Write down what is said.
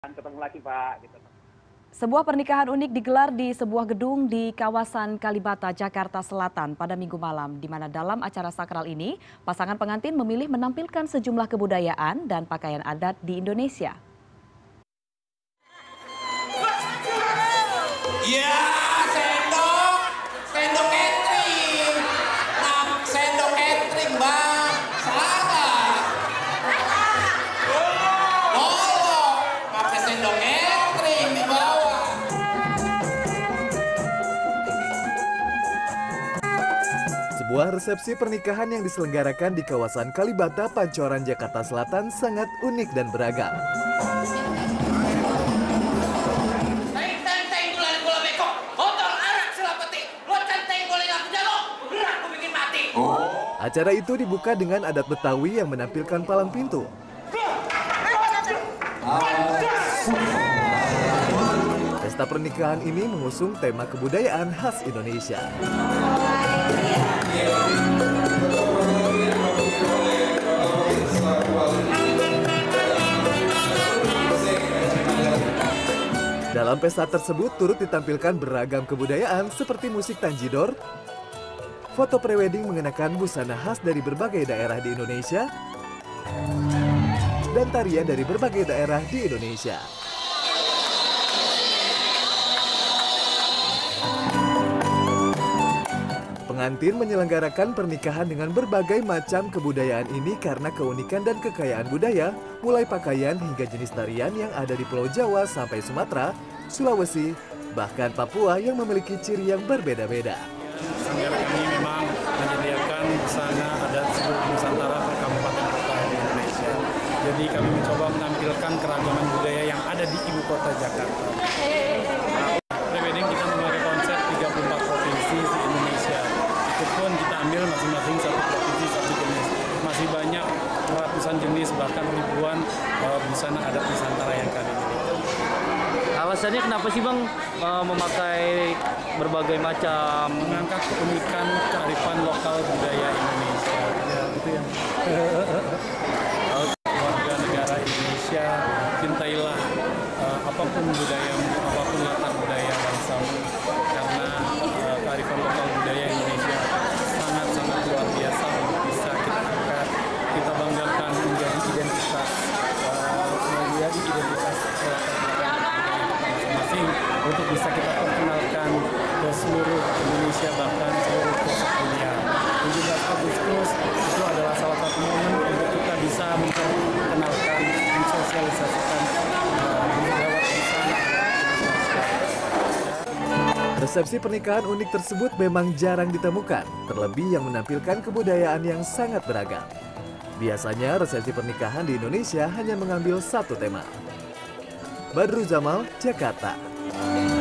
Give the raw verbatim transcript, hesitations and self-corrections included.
Ketemu lagi Pak. Gitu. Sebuah pernikahan unik digelar di sebuah gedung di kawasan Kalibata, Jakarta Selatan pada Minggu malam, di mana dalam acara sakral ini, pasangan pengantin memilih menampilkan sejumlah kebudayaan dan pakaian adat di Indonesia. Ya, sendok, sendok catering, nah, sendok catering bang, salah. Oh, pakai sendok catering di bawah. Sebuah resepsi pernikahan yang diselenggarakan di kawasan Kalibata, Pancoran, Jakarta Selatan sangat unik dan beragam. Acara itu dibuka dengan adat Betawi yang menampilkan palang pintu. Pesta pernikahan ini mengusung tema kebudayaan khas Indonesia. Dalam pesta tersebut turut ditampilkan beragam kebudayaan seperti musik tanjidor, foto prewedding mengenakan busana khas dari berbagai daerah di Indonesia, dan tarian dari berbagai daerah di Indonesia. Pengantin menyelenggarakan pernikahan dengan berbagai macam kebudayaan ini karena keunikan dan kekayaan budaya, mulai pakaian hingga jenis tarian yang ada di Pulau Jawa sampai Sumatera, Sulawesi, bahkan Papua yang memiliki ciri yang berbeda-beda. Sanggar ini memang menyediakan busana adat seluruh Nusantara per kabupaten kota di Indonesia. Jadi kami mencoba menampilkan keragaman budaya yang ada di ibu kota Jakarta. Prewedding kita memakai konsep tiga puluh empat provinsi di Indonesia. Itu pun kita ambil masing-masing satu provinsi satu jenis. Masih banyak ratusan jenis bahkan ribuan uh, busana adat Nusantara yang kami miliki. Alasannya kenapa sih Bang uh, memakai berbagai macam, mengangkat keunikan kearifan lokal budaya Indonesia. Ya, itu yang warga negara Indonesia, cintailah uh, apapun budaya, apapun latar budaya bangsamu, karena uh, kearifan lokal budaya Indonesia sangat-sangat luar biasa untuk bisa kita angkat, kita banggakan menjadi identitas, uh, menjadi identitas masing-masing untuk bisa kita perkenalkan ke seluruh Indonesia bahkan seluruh pelosok dunia. tujuh belas Agustus itu adalah salah satu momen untuk kita bisa memperkenalkan, mensosialisasikan budaya busana. Resepsi pernikahan unik tersebut memang jarang ditemukan, terlebih yang menampilkan kebudayaan yang sangat beragam. Biasanya resepsi pernikahan di Indonesia hanya mengambil satu tema. Badru Zamal, Jakarta.